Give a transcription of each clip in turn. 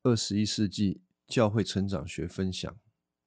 21世纪教会成长学分享。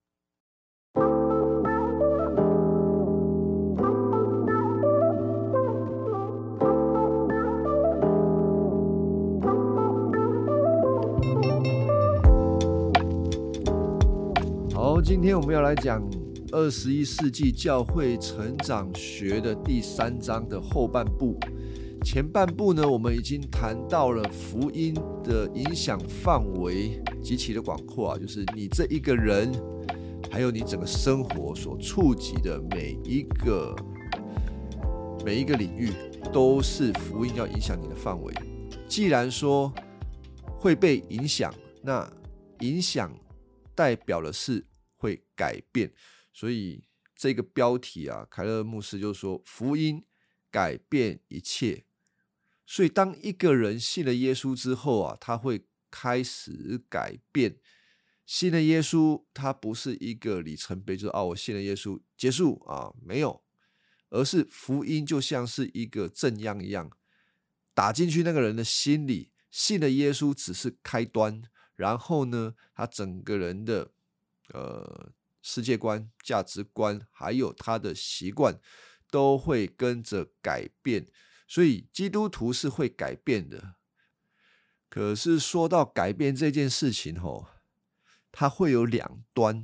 好，今天我们要来讲21世纪教会成长学的第3章的后半部。前半部呢，我们已经谈到了福音的影响范围极其的广阔啊，就是你这一个人，还有你整个生活所触及的每一个领域，都是福音要影响你的范围。既然说会被影响，那影响代表的是会改变，所以这个标题啊，凯勒牧师就说福音改变一切。所以当一个人信了耶稣之后啊，他会开始改变。信了耶稣，他不是一个里程碑，就是我信了耶稣结束啊，没有，而是福音就像是一个震央一样，打进去那个人的心里。信了耶稣只是开端，然后呢，他整个人的世界观、价值观，还有他的习惯，都会跟着改变。所以基督徒是会改变的。可是说到改变这件事情它会有两端。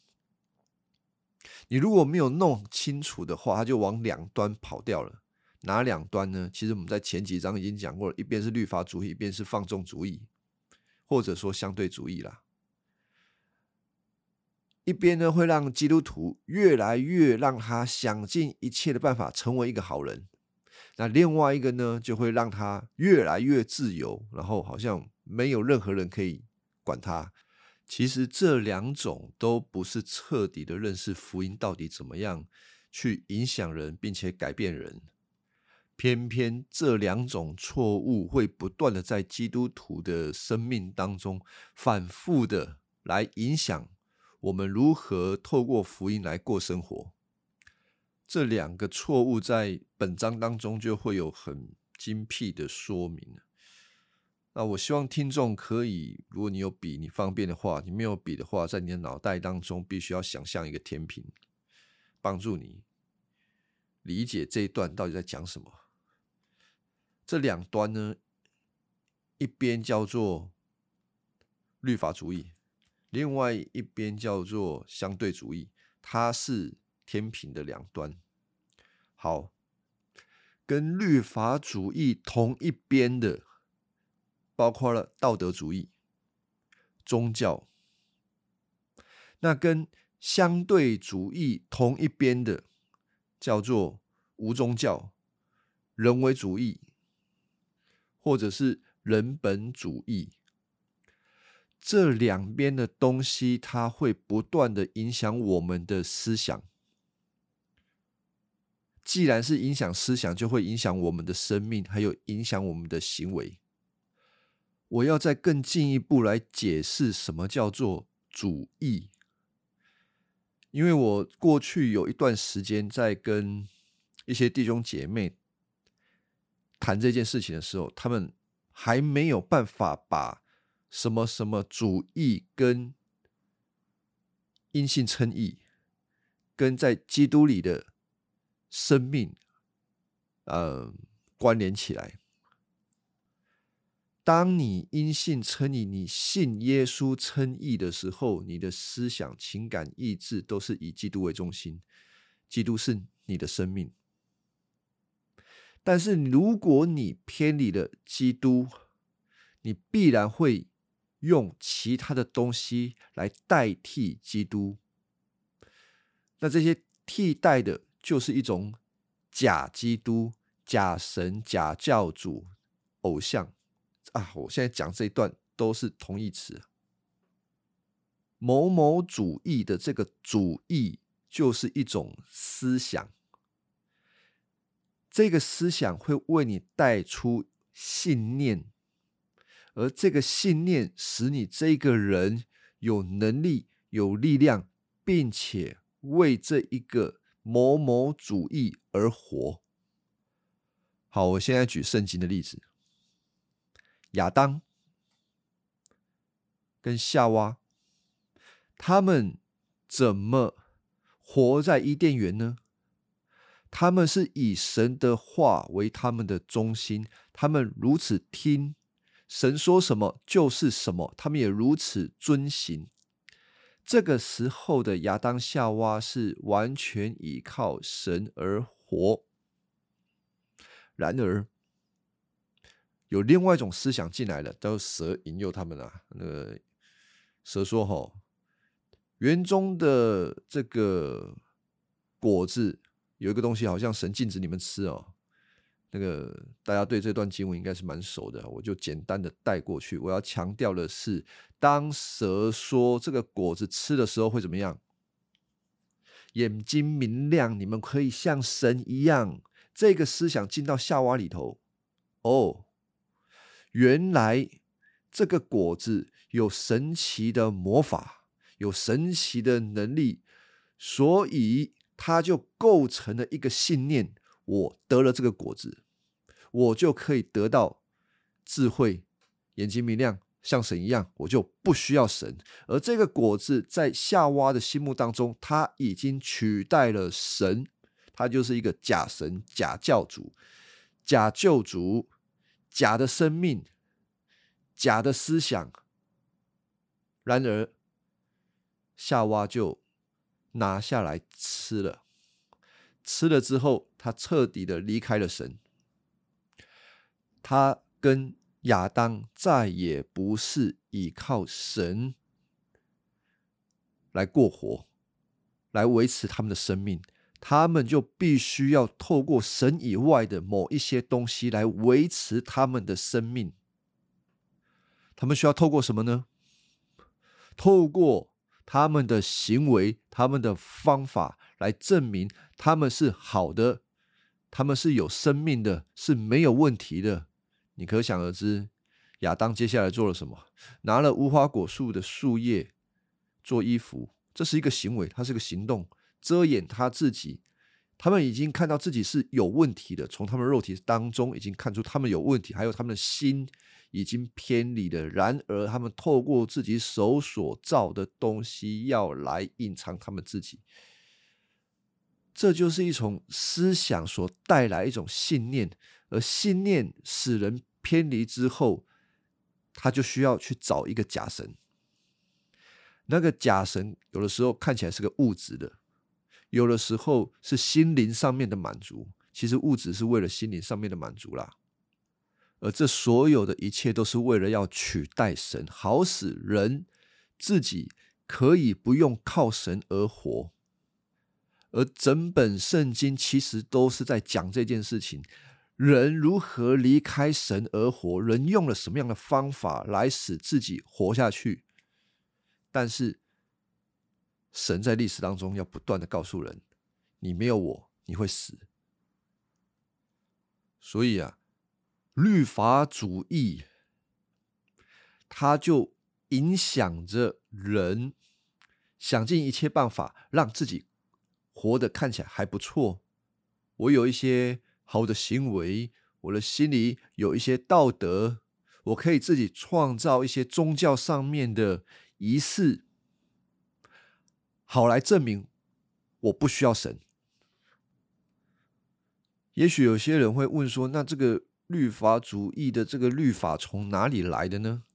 你如果没有弄清楚的话，它就往两端跑掉了。哪两端呢？其实我们在前几章已经讲过了，一边是律法主义，一边是放纵主义，或者说相对主义啦。一边呢会让基督徒越来越让他想尽一切的办法成为一个好人，那另外一个呢就会让他越来越自由，然后好像没有任何人可以管他。其实这两种都不是彻底的认识福音到底怎么样去影响人并且改变人。偏偏这两种错误会不断的在基督徒的生命当中反复的来影响我们如何透过福音来过生活。这两个错误在本章当中就会有很精辟的说明。那我希望听众可以，如果你有笔你方便的话，你没有笔的话，在你的脑袋当中必须要想象一个天平，帮助你理解这一段到底在讲什么。这两端呢，一边叫做律法主义，另外一边叫做相对主义，它是天平的两端。好，跟律法主义同一边的，包括了道德主义、宗教。那跟相对主义同一边的，叫做无宗教、人为主义，或者是人本主义。这两边的东西，它会不断的影响我们的思想。既然是影响思想，就会影响我们的生命，还有影响我们的行为。我要再更进一步来解释什么叫做主义。因为我过去有一段时间在跟一些弟兄姐妹谈这件事情的时候，他们还没有办法把什么什么主义跟因信称义跟在基督里的生命关联起来。当你因信称义，你信耶稣称义的时候，你的思想、情感、意志都是以基督为中心，基督是你的生命。但是如果你偏离了基督，你必然会用其他的东西来代替基督。那这些替代的就是一种假基督、假神、假教主、偶像我现在讲这一段都是同义词。某某主义的这个主义就是一种思想，这个思想会为你带出信念，而这个信念使你这个人有能力、有力量，并且为这一个某某主义而活。好，我现在举圣经的例子。亚当跟夏娃，他们怎么活在伊甸园呢？他们是以神的话为他们的中心，他们如此听神说什么就是什么，他们也如此遵行。这个时候的亚当夏娃是完全依靠神而活。然而有另外一种思想进来了，都是蛇引诱他们啊。蛇说园中的这个果子有一个东西好像神禁止你们吃哦。大家对这段经文应该是蛮熟的，我就简单的带过去。我要强调的是，当蛇说这个果子吃的时候会怎么样？眼睛明亮，你们可以像神一样。这个思想进到夏娃里头，原来这个果子有神奇的魔法，有神奇的能力，所以它就构成了一个信念：我得了这个果子，我就可以得到智慧，眼睛明亮，像神一样，我就不需要神。而这个果子在夏娃的心目当中，他已经取代了神，他就是一个假神、假教主、假救主、假的生命、假的思想。然而夏娃就拿下来吃了，吃了之后，他彻底的离开了神。他跟亚当再也不是依靠神来过活，来维持他们的生命，他们就必须要透过神以外的某一些东西来维持他们的生命。他们需要透过什么呢？透过他们的行为，他们的方法来证明他们是好的，他们是有生命的，是没有问题的。你可想而知，亚当接下来做了什么？拿了无花果树的树叶做衣服，这是一个行为，它是个行动，遮掩他自己。他们已经看到自己是有问题的，从他们肉体当中已经看出他们有问题，还有他们的心已经偏离了。然而他们透过自己手所造的东西要来隐藏他们自己，这就是一种思想所带来一种信念，而信念使人偏离之后，他就需要去找一个假神。那个假神有的时候看起来是个物质的，有的时候是心灵上面的满足，其实物质是为了心灵上面的满足啦。而这所有的一切都是为了要取代神，好使人自己可以不用靠神而活。而整本圣经其实都是在讲这件事情，人如何离开神而活，人用了什么样的方法来使自己活下去。但是神在历史当中要不断的告诉人，你没有我，你会死。所以律法主义它就影响着人，想尽一切办法让自己活得看起来还不错。我有一些好的行为，我的心里有一些道德，我可以自己创造一些宗教上面的仪式，好来证明我不需要神。也许有些人会问说，那这个律法主义的这个律法从哪里来的呢？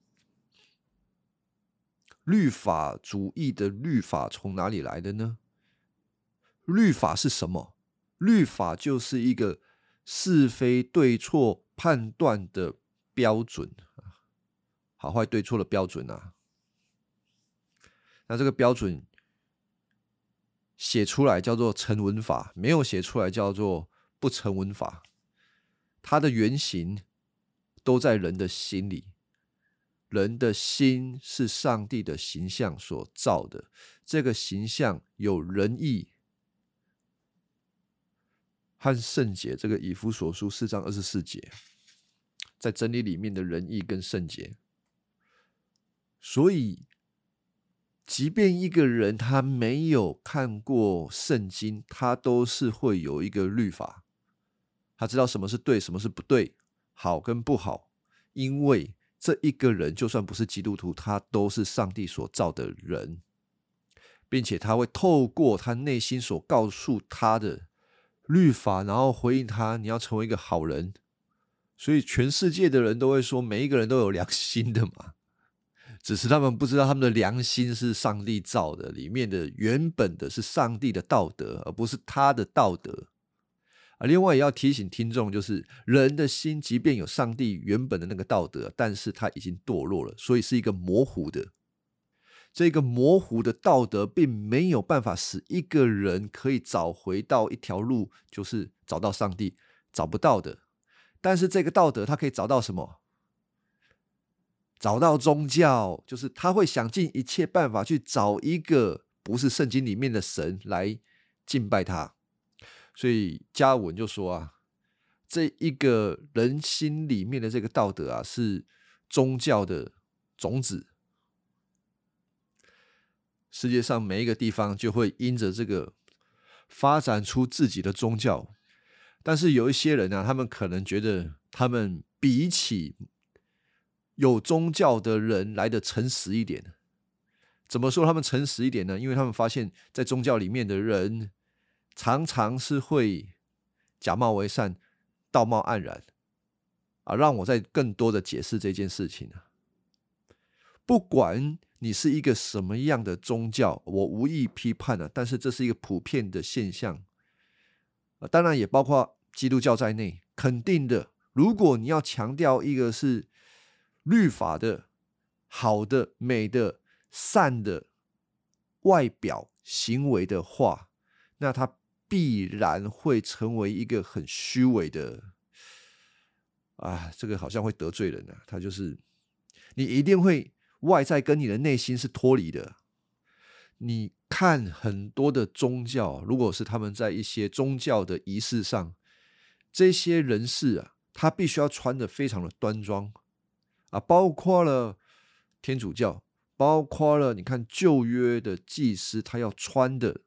律法主义的律法从哪里来的呢？律法是什么？律法就是一个是非对错判断的标准，好坏对错的标准啊。那这个标准写出来叫做成文法，没有写出来叫做不成文法。它的原型都在人的心里，人的心是上帝的形象所造的，这个形象有仁义和圣洁，这个以弗所书4章24节，在真理里面的仁义跟圣洁。所以即便一个人他没有看过圣经，他都是会有一个律法，他知道什么是对，什么是不对，好跟不好，因为这一个人就算不是基督徒，他都是上帝所造的人，并且他会透过他内心所告诉他的律法，然后回应他，你要成为一个好人。所以全世界的人都会说，每一个人都有良心的嘛，只是他们不知道他们的良心是上帝造的，里面的原本的是上帝的道德，而不是他的道德。另外也要提醒听众，就是人的心即便有上帝原本的那个道德，但是他已经堕落了，所以是一个模糊的。这个模糊的道德并没有办法使一个人可以找回到一条路，就是找到上帝，找不到的。但是这个道德他可以找到什么？找到宗教，就是他会想尽一切办法去找一个不是圣经里面的神来敬拜他。所以加尔文就说啊，这一个人心里面的这个道德啊，是宗教的种子。世界上每一个地方就会因着这个发展出自己的宗教，但是有一些人啊，他们可能觉得他们比起有宗教的人来的诚实一点。怎么说他们诚实一点呢？因为他们发现在宗教里面的人常常是会假冒为善，道貌岸然让我再更多的解释这件事情不管你是一个什么样的宗教，我无意批判但是这是一个普遍的现象当然也包括基督教在内，肯定的，如果你要强调一个是律法的、好的、美的、善的外表行为的话，那它必然会成为一个很虚伪的这个好像会得罪人它就是你一定会外在跟你的内心是脱离的。你看很多的宗教，如果是他们在一些宗教的仪式上，这些人士他必须要穿得非常的端庄包括了天主教，包括了你看旧约的祭司，他要穿的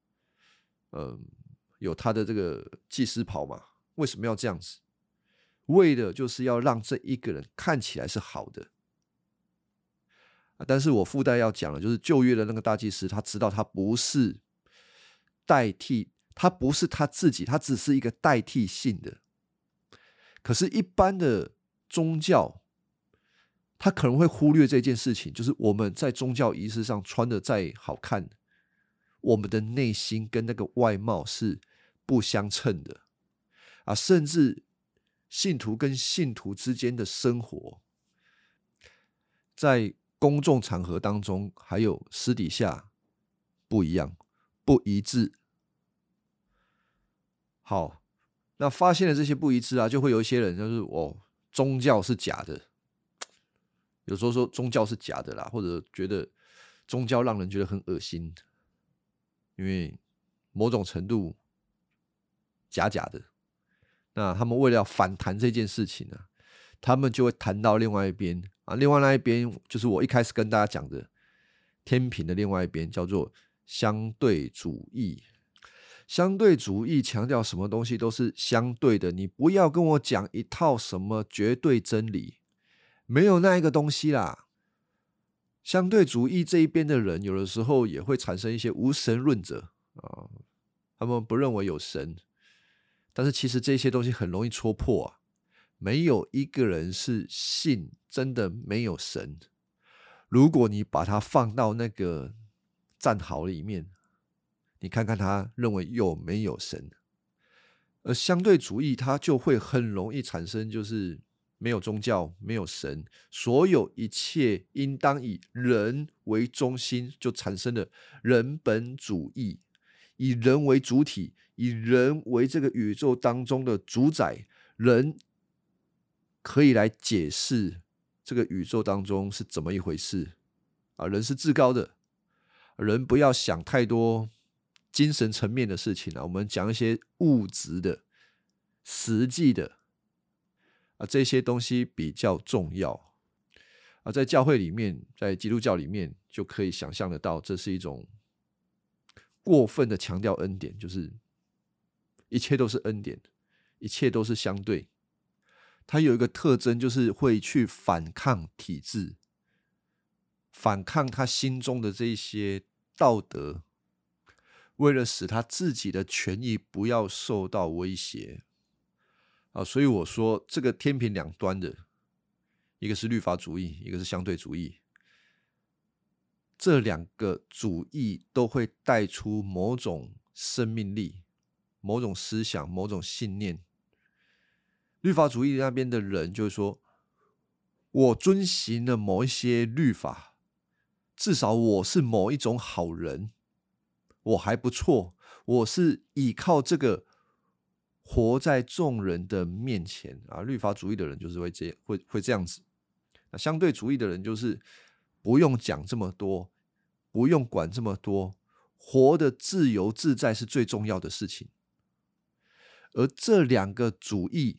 有他的这个祭司袍嘛。为什么要这样子？为的就是要让这一个人看起来是好的但是我附带要讲的就是旧约的那个大祭司，他知道他不是代替，他不是他自己，他只是一个代替性的。可是一般的宗教他可能会忽略这件事情，就是我们在宗教仪式上穿的再好看，我们的内心跟那个外貌是不相称的甚至信徒跟信徒之间的生活，在公众场合当中还有私底下不一样，不一致。好，那发现了这些不一致就会有一些人就是宗教是假的，有时候说宗教是假的啦，或者觉得宗教让人觉得很恶心，因为某种程度假的。那他们为了要反弹这件事情他们就会谈到另外一边另外那一边就是我一开始跟大家讲的天平的另外一边，叫做相对主义。相对主义强调什么东西都是相对的，你不要跟我讲一套什么绝对真理，没有那一个东西啦。相对主义这一边的人有的时候也会产生一些无神论者他们不认为有神，但是其实这些东西很容易戳破没有一个人是信真的没有神。如果你把它放到那个战壕里面，你看看他认为有没有神。而相对主义它就会很容易产生就是没有宗教，没有神，所有一切应当以人为中心，就产生了人本主义，以人为主体，以人为这个宇宙当中的主宰，人可以来解释这个宇宙当中是怎么一回事人是至高的，人不要想太多精神层面的事情我们讲一些物质的实际的这些东西比较重要在教会里面，在基督教里面就可以想象得到，这是一种过分的强调恩典，就是一切都是恩典，一切都是相对。 它有一个特征，就是会去反抗体制，反抗他心中的这些道德，为了使他自己的权益不要受到威胁所以我说这个天平两端的，一个是律法主义，一个是相对主义，这两个主义都会带出某种生命力、某种思想、某种信念。律法主义那边的人就是说，我遵行了某一些律法，至少我是某一种好人，我还不错，我是依靠这个活在众人的面前律法主义的人就是会这样子。那相对主义的人就是不用讲这么多，不用管这么多，活得自由自在是最重要的事情。而这两个主义，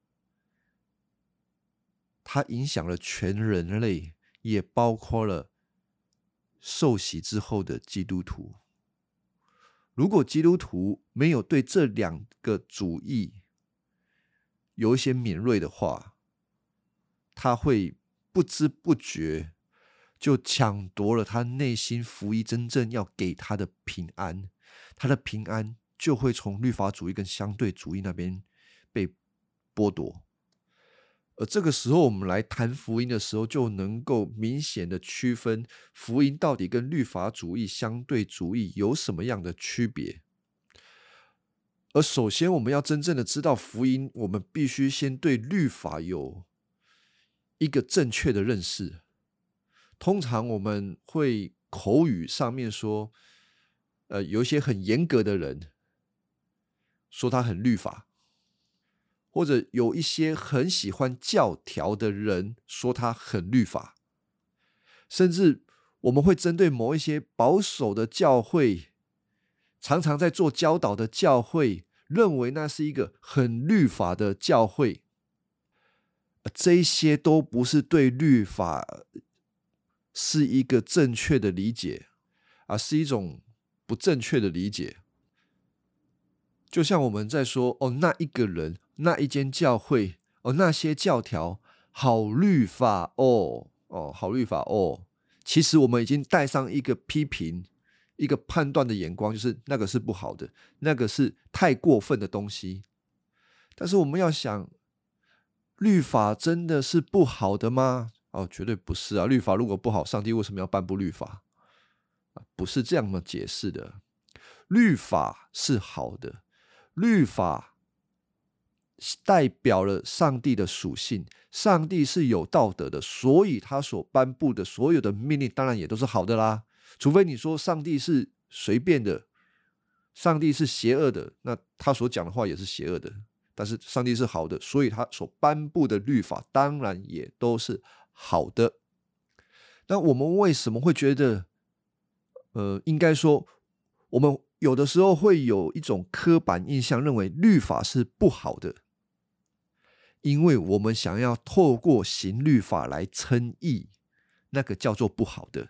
它影响了全人类，也包括了受洗之后的基督徒。如果基督徒没有对这两个主义有一些敏锐的话，他会不知不觉就抢夺了他内心福音真正要给他的平安，他的平安就会从律法主义跟相对主义那边被剥夺。而这个时候我们来谈福音的时候，就能够明显的区分福音到底跟律法主义、相对主义有什么样的区别。而首先我们要真正的知道福音，我们必须先对律法有一个正确的认识。通常我们会口语上面说有一些很严格的人说他很律法，或者有一些很喜欢教条的人说他很律法，甚至我们会针对某一些保守的教会，常常在做教导的教会，认为那是一个很律法的教会。这一些都不是对律法是一个正确的理解是一种不正确的理解。就像我们在说那一个人，那一间教会那些教条好律法好律法其实我们已经带上一个批评、一个判断的眼光，就是那个是不好的，那个是太过分的东西。但是我们要想，律法真的是不好的吗？绝对不是律法如果不好，上帝为什么要颁布律法？不是这样的解释的。律法是好的，律法代表了上帝的属性，上帝是有道德的，所以他所颁布的所有的命令当然也都是好的啦。除非你说上帝是随便的，上帝是邪恶的，那他所讲的话也是邪恶的。但是上帝是好的，所以他所颁布的律法当然也都是好的。那我们为什么会觉得应该说我们有的时候会有一种刻板印象，认为律法是不好的，因为我们想要透过行律法来称义，那个叫做不好的。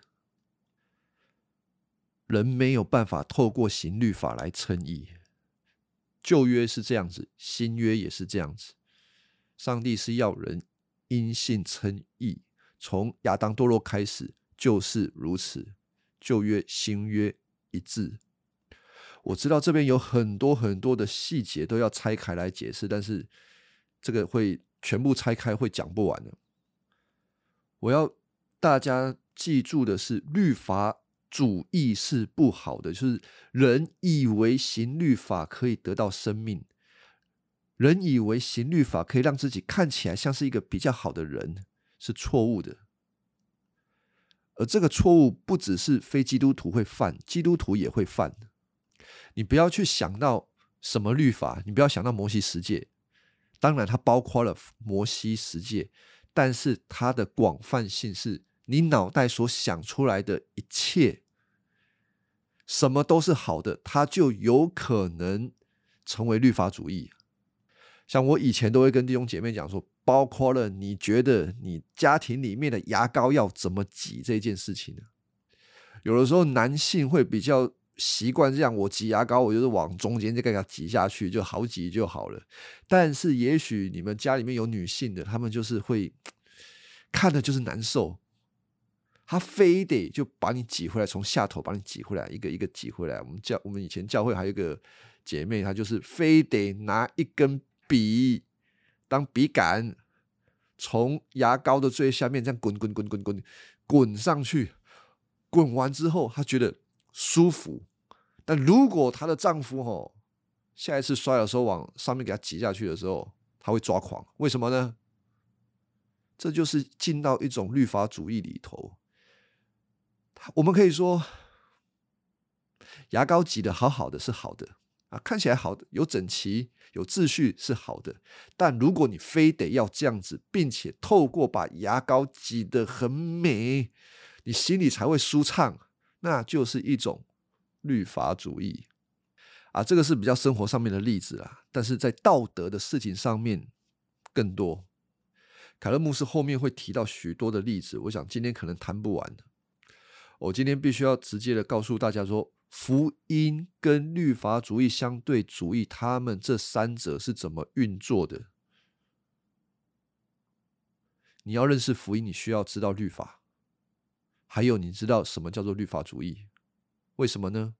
人没有办法透过行律法来称义，旧约是这样子，新约也是这样子。上帝是要人因信称义，从亚当堕落开始就是如此，旧约新约一致。我知道这边有很多很多的细节都要拆开来解释，但是这个会全部拆开会讲不完的。我要大家记住的是，律法主义是不好的，就是人以为行律法可以得到生命，人以为行律法可以让自己看起来像是一个比较好的人，是错误的。而这个错误不只是非基督徒会犯，基督徒也会犯。你不要去想到什么律法，你不要想到摩西十诫，当然它包括了摩西十诫，但是它的广泛性是你脑袋所想出来的一切，什么都是好的，它就有可能成为律法主义。像我以前都会跟弟兄姐妹讲说，包括了你觉得你家庭里面的牙膏要怎么挤这件事情有的时候男性会比较习惯这样，我挤牙膏我就是往中间就给它挤下去，就好挤就好了。但是也许你们家里面有女性的，她们就是会看的就是难受，她非得就把你挤回来，从下头把你挤回来，一个一个挤回来。我们以前教会还有一个姐妹，她就是非得拿一根笔当笔杆，从牙膏的最下面这样滚上去，滚完之后她觉得舒服。但如果她的丈夫下一次摔的时候往上面给她挤下去的时候，她会抓狂。为什么呢？这就是进到一种律法主义里头。我们可以说牙膏挤得好好的是好的啊，看起来好的，有整齐有秩序是好的。但如果你非得要这样子，并且透过把牙膏挤得很美，你心里才会舒畅，那就是一种律法主义啊。这个是比较生活上面的例子啦，但是在道德的事情上面更多。凯勒牧师后面会提到许多的例子，我想今天可能谈不完。我今天必须要直接的告诉大家说，福音跟律法主义相对主义，他们这三者是怎么运作的。你要认识福音，你需要知道律法，还有你知道什么叫做律法主义。为什么呢？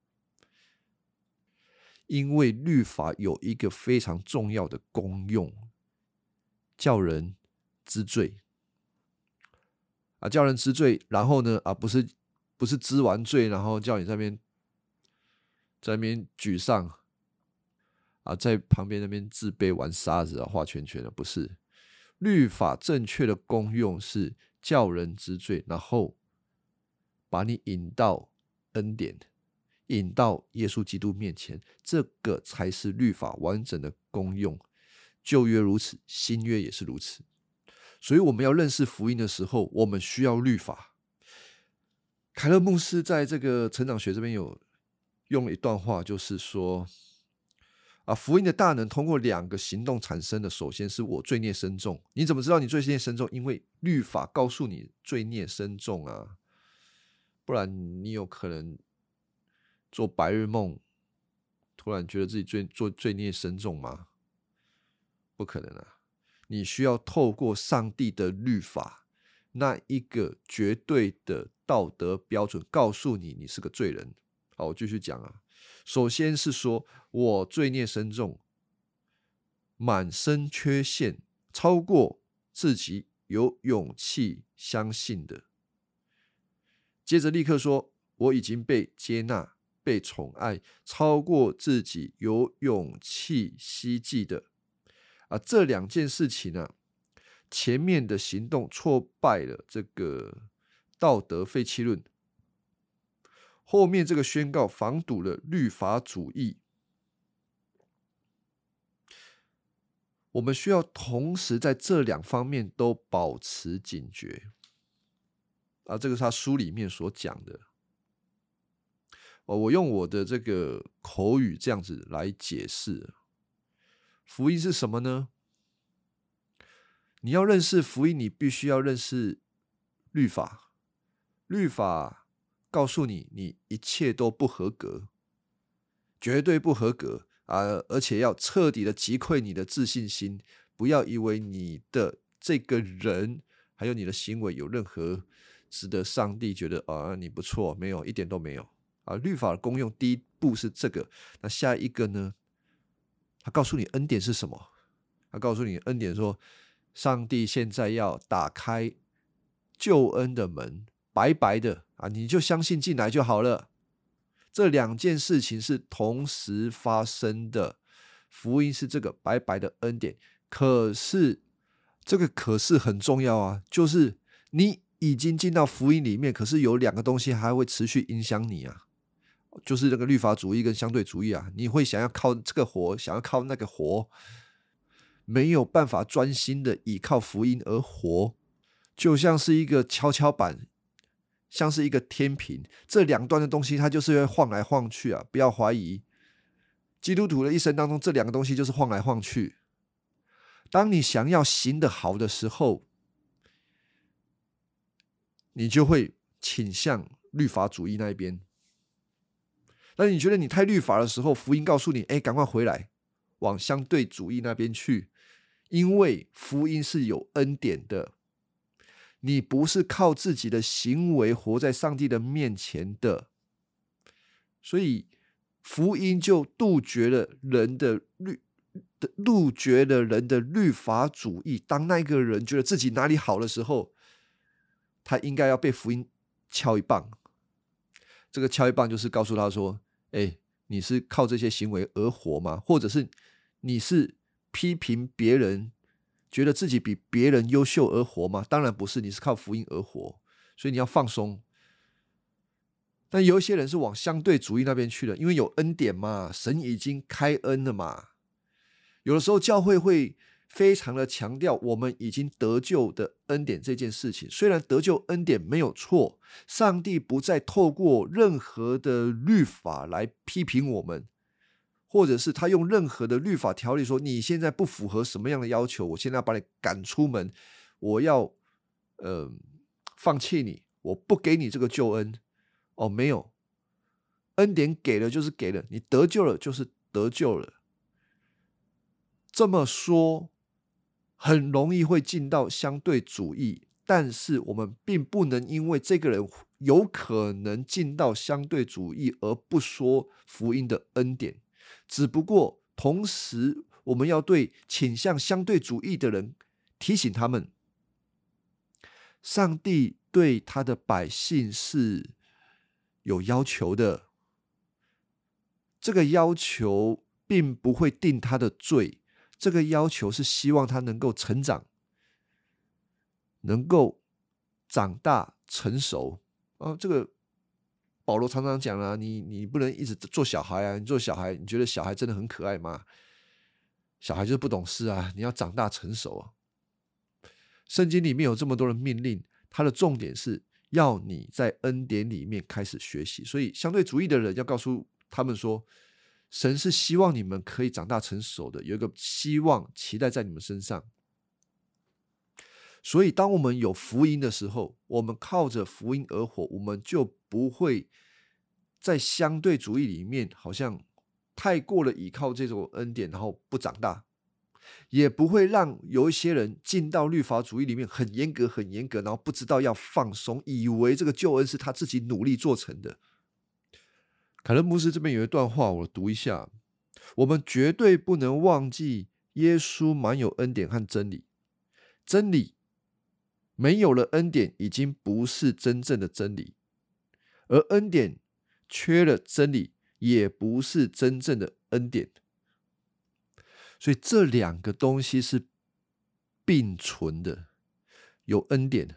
因为律法有一个非常重要的功用，叫人知罪啊，叫人知罪，然后呢啊，不是知完罪，然后叫你在那边沮丧啊，在旁边那边自卑玩沙子啊，画圈圈的，不是。律法正确的功用是叫人知罪，然后把你引到恩典，引到耶稣基督面前，这个才是律法完整的功用。旧约如此，新约也是如此。所以我们要认识福音的时候，我们需要律法。凯勒牧师在这个成长学这边有用了一段话，就是说福音的大能通过两个行动产生的。首先是我罪孽深重，你怎么知道你罪孽深重？因为律法告诉你罪孽深重啊，不然你有可能做白日梦，突然觉得自己做罪孽深重吗？不可能啊！你需要透过上帝的律法，那一个绝对的道德标准，告诉你你是个罪人。好，我继续讲啊。首先是说我罪孽深重，满身缺陷，超过自己有勇气相信的。接着立刻说我已经被接纳，被宠爱，超过自己有勇气希冀的。这两件事情呢，前面的行动挫败了这个道德废弃论，后面这个宣告防堵了律法主义。我们需要同时在这两方面都保持警觉这个是他书里面所讲的。我用我的这个口语这样子来解释福音是什么呢？你要认识福音，你必须要认识律法。律法告诉你，你一切都不合格，绝对不合格而且要彻底的击溃你的自信心。不要以为你的这个人还有你的行为有任何值得上帝觉得你不错，没有，一点都没有律法的功用第一步是这个。那下一个呢？他告诉你恩典是什么？他告诉你恩典说，上帝现在要打开救恩的门，白白的你就相信进来就好了。这两件事情是同时发生的。福音是这个白白的恩典，可是这个可是很重要就是你已经进到福音里面，可是有两个东西还会持续影响你就是这个律法主义跟相对主义你会想要靠这个活，想要靠那个活，没有办法专心的倚靠福音而活，就像是一个跷跷板，像是一个天平，这两端的东西它就是会晃来晃去不要怀疑，基督徒的一生当中，这两个东西就是晃来晃去。当你想要行得好的时候，你就会倾向律法主义那一边。 那你觉得你太律法的时候，福音告诉你，赶快回来，往相对主义那边去，因为福音是有恩典的，你不是靠自己的行为活在上帝的面前的，所以福音就杜绝了人的律法主义。当那个人觉得自己哪里好的时候，他应该要被福音敲一棒。这个敲一棒就是告诉他说，你是靠这些行为而活吗？或者是你是批评别人，觉得自己比别人优秀而活吗？当然不是，你是靠福音而活，所以你要放松。但有一些人是往相对主义那边去了，因为有恩典嘛，神已经开恩了嘛。有的时候教会会非常的强调我们已经得救的恩典这件事情，虽然得救恩典没有错，上帝不再透过任何的律法来批评我们，或者是他用任何的律法条例说你现在不符合什么样的要求，我现在要把你赶出门，我要放弃你，我不给你这个救恩。没有，恩典给了就是给了，你得救了就是得救了。这么说很容易会进到相对主义，但是我们并不能因为这个人有可能进到相对主义而不说福音的恩典。只不过同时我们要对倾向相对主义的人提醒他们，上帝对他的百姓是有要求的，这个要求并不会定他的罪，这个要求是希望他能够成长，能够长大成熟。这个保罗常常讲啊，你不能一直做小孩啊，你做小孩，你觉得小孩真的很可爱吗？小孩就是不懂事啊，你要长大成熟啊。圣经里面有这么多的命令，它的重点是要你在恩典里面开始学习。所以相对主义的人要告诉他们说，神是希望你们可以长大成熟的，有一个希望期待在你们身上。所以当我们有福音的时候，我们靠着福音而活，我们就不会在相对主义里面好像太过了倚靠这种恩典，然后不长大，也不会让有一些人进到律法主义里面很严格很严格，然后不知道要放松，以为这个救恩是他自己努力做成的。凯勒牧师这边有一段话，我读一下：我们绝对不能忘记耶稣满有恩典和真理，真理没有了恩典已经不是真正的真理，而恩典缺了真理也不是真正的恩典。所以这两个东西是并存的，有恩典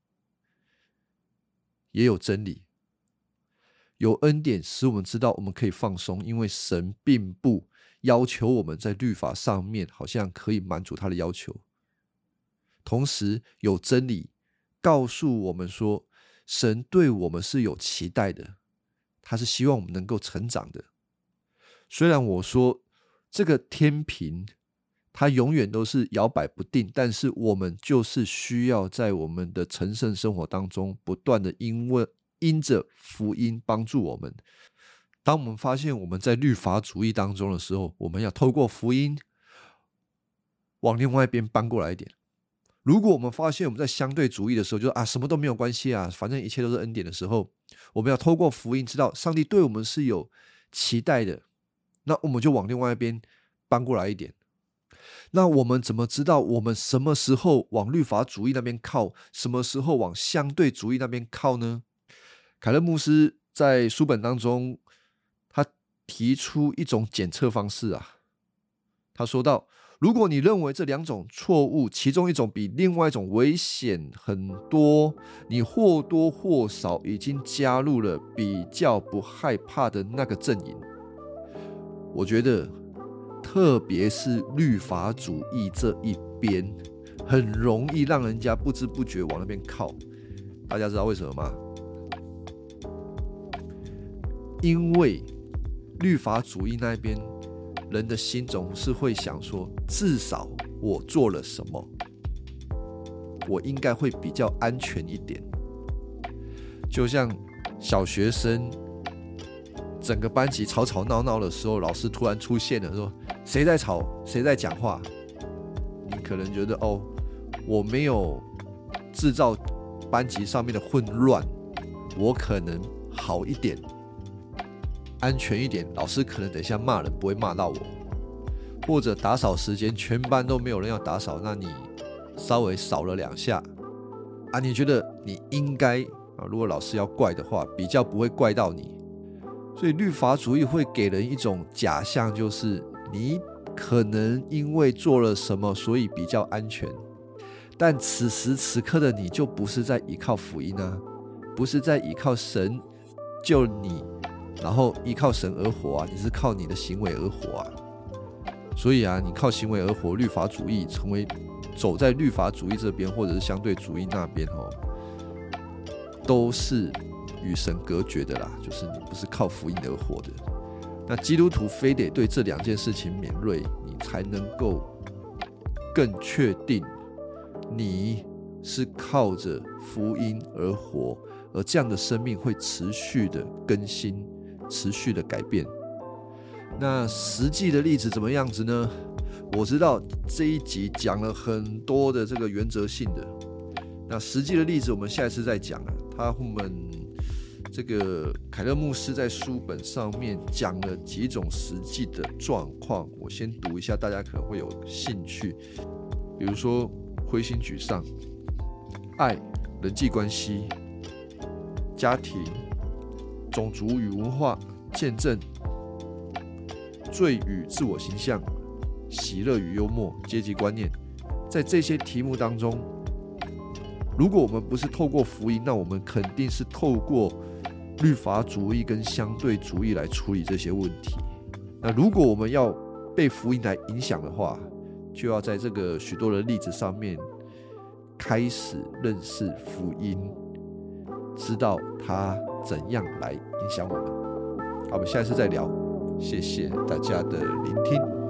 也有真理。有恩典使我们知道我们可以放松，因为神并不要求我们在律法上面好像可以满足他的要求。同时有真理告诉我们说，神对我们是有期待的，他是希望我们能够成长的。虽然我说这个天平它永远都是摇摆不定，但是我们就是需要在我们的成圣生活当中不断的因着福音帮助我们。当我们发现我们在律法主义当中的时候，我们要透过福音往另外一边搬过来一点。如果我们发现我们在相对主义的时候，就什么都没有关系啊，反正一切都是恩典的时候，我们要透过福音知道上帝对我们是有期待的，那我们就往另外一边搬过来一点。那我们怎么知道我们什么时候往律法主义那边靠，什么时候往相对主义那边靠呢？凯勒牧师在书本当中他提出一种检测方式啊，他说到，如果你认为这两种错误其中一种比另外一种危险很多，你或多或少已经加入了比较不害怕的那个阵营。我觉得特别是律法主义这一边很容易让人家不知不觉往那边靠。大家知道为什么吗？因为律法主义那边人的心总是会想说，至少我做了什么，我应该会比较安全一点。就像小学生整个班级吵吵闹闹的时候，老师突然出现了，说谁在吵，谁在讲话，你可能觉得哦，我没有制造班级上面的混乱，我可能好一点，安全一点，老师可能等一下骂人不会骂到我，或者打扫时间全班都没有人要打扫，那你稍微扫了2下啊，你觉得你应该啊，如果老师要怪的话，比较不会怪到你。所以律法主义会给人一种假象，就是你可能因为做了什么，所以比较安全。但此时此刻的你就不是在依靠福音啊，不是在依靠神救你，然后依靠神而活啊，你是靠你的行为而活啊。所以啊，你靠行为而活，律法主义成为走在律法主义这边，或者是相对主义那边都是与神隔绝的啦，就是你不是靠福音而活的。那基督徒非得对这2件事情敏锐，你才能够更确定你是靠着福音而活，而这样的生命会持续的更新，持续的改变。那实际的例子怎么样子呢？我知道这一集讲了很多的这个原则性的，那实际的例子我们下一次再讲啊。我们这个凯勒牧师在书本上面讲了几种实际的状况，我先读一下，大家可能会有兴趣。比如说灰心沮丧、爱、人际关系、家庭、种族与文化、见证、罪与自我形象、喜乐与幽默、阶级观念。在这些题目当中，如果我们不是透过福音，那我们肯定是透过律法主义跟相对主义来处理这些问题。那如果我们要被福音来影响的话，就要在这个许多的例子上面开始认识福音，知道它怎样来影响我们。好，我们下一次再聊，谢谢大家的聆听。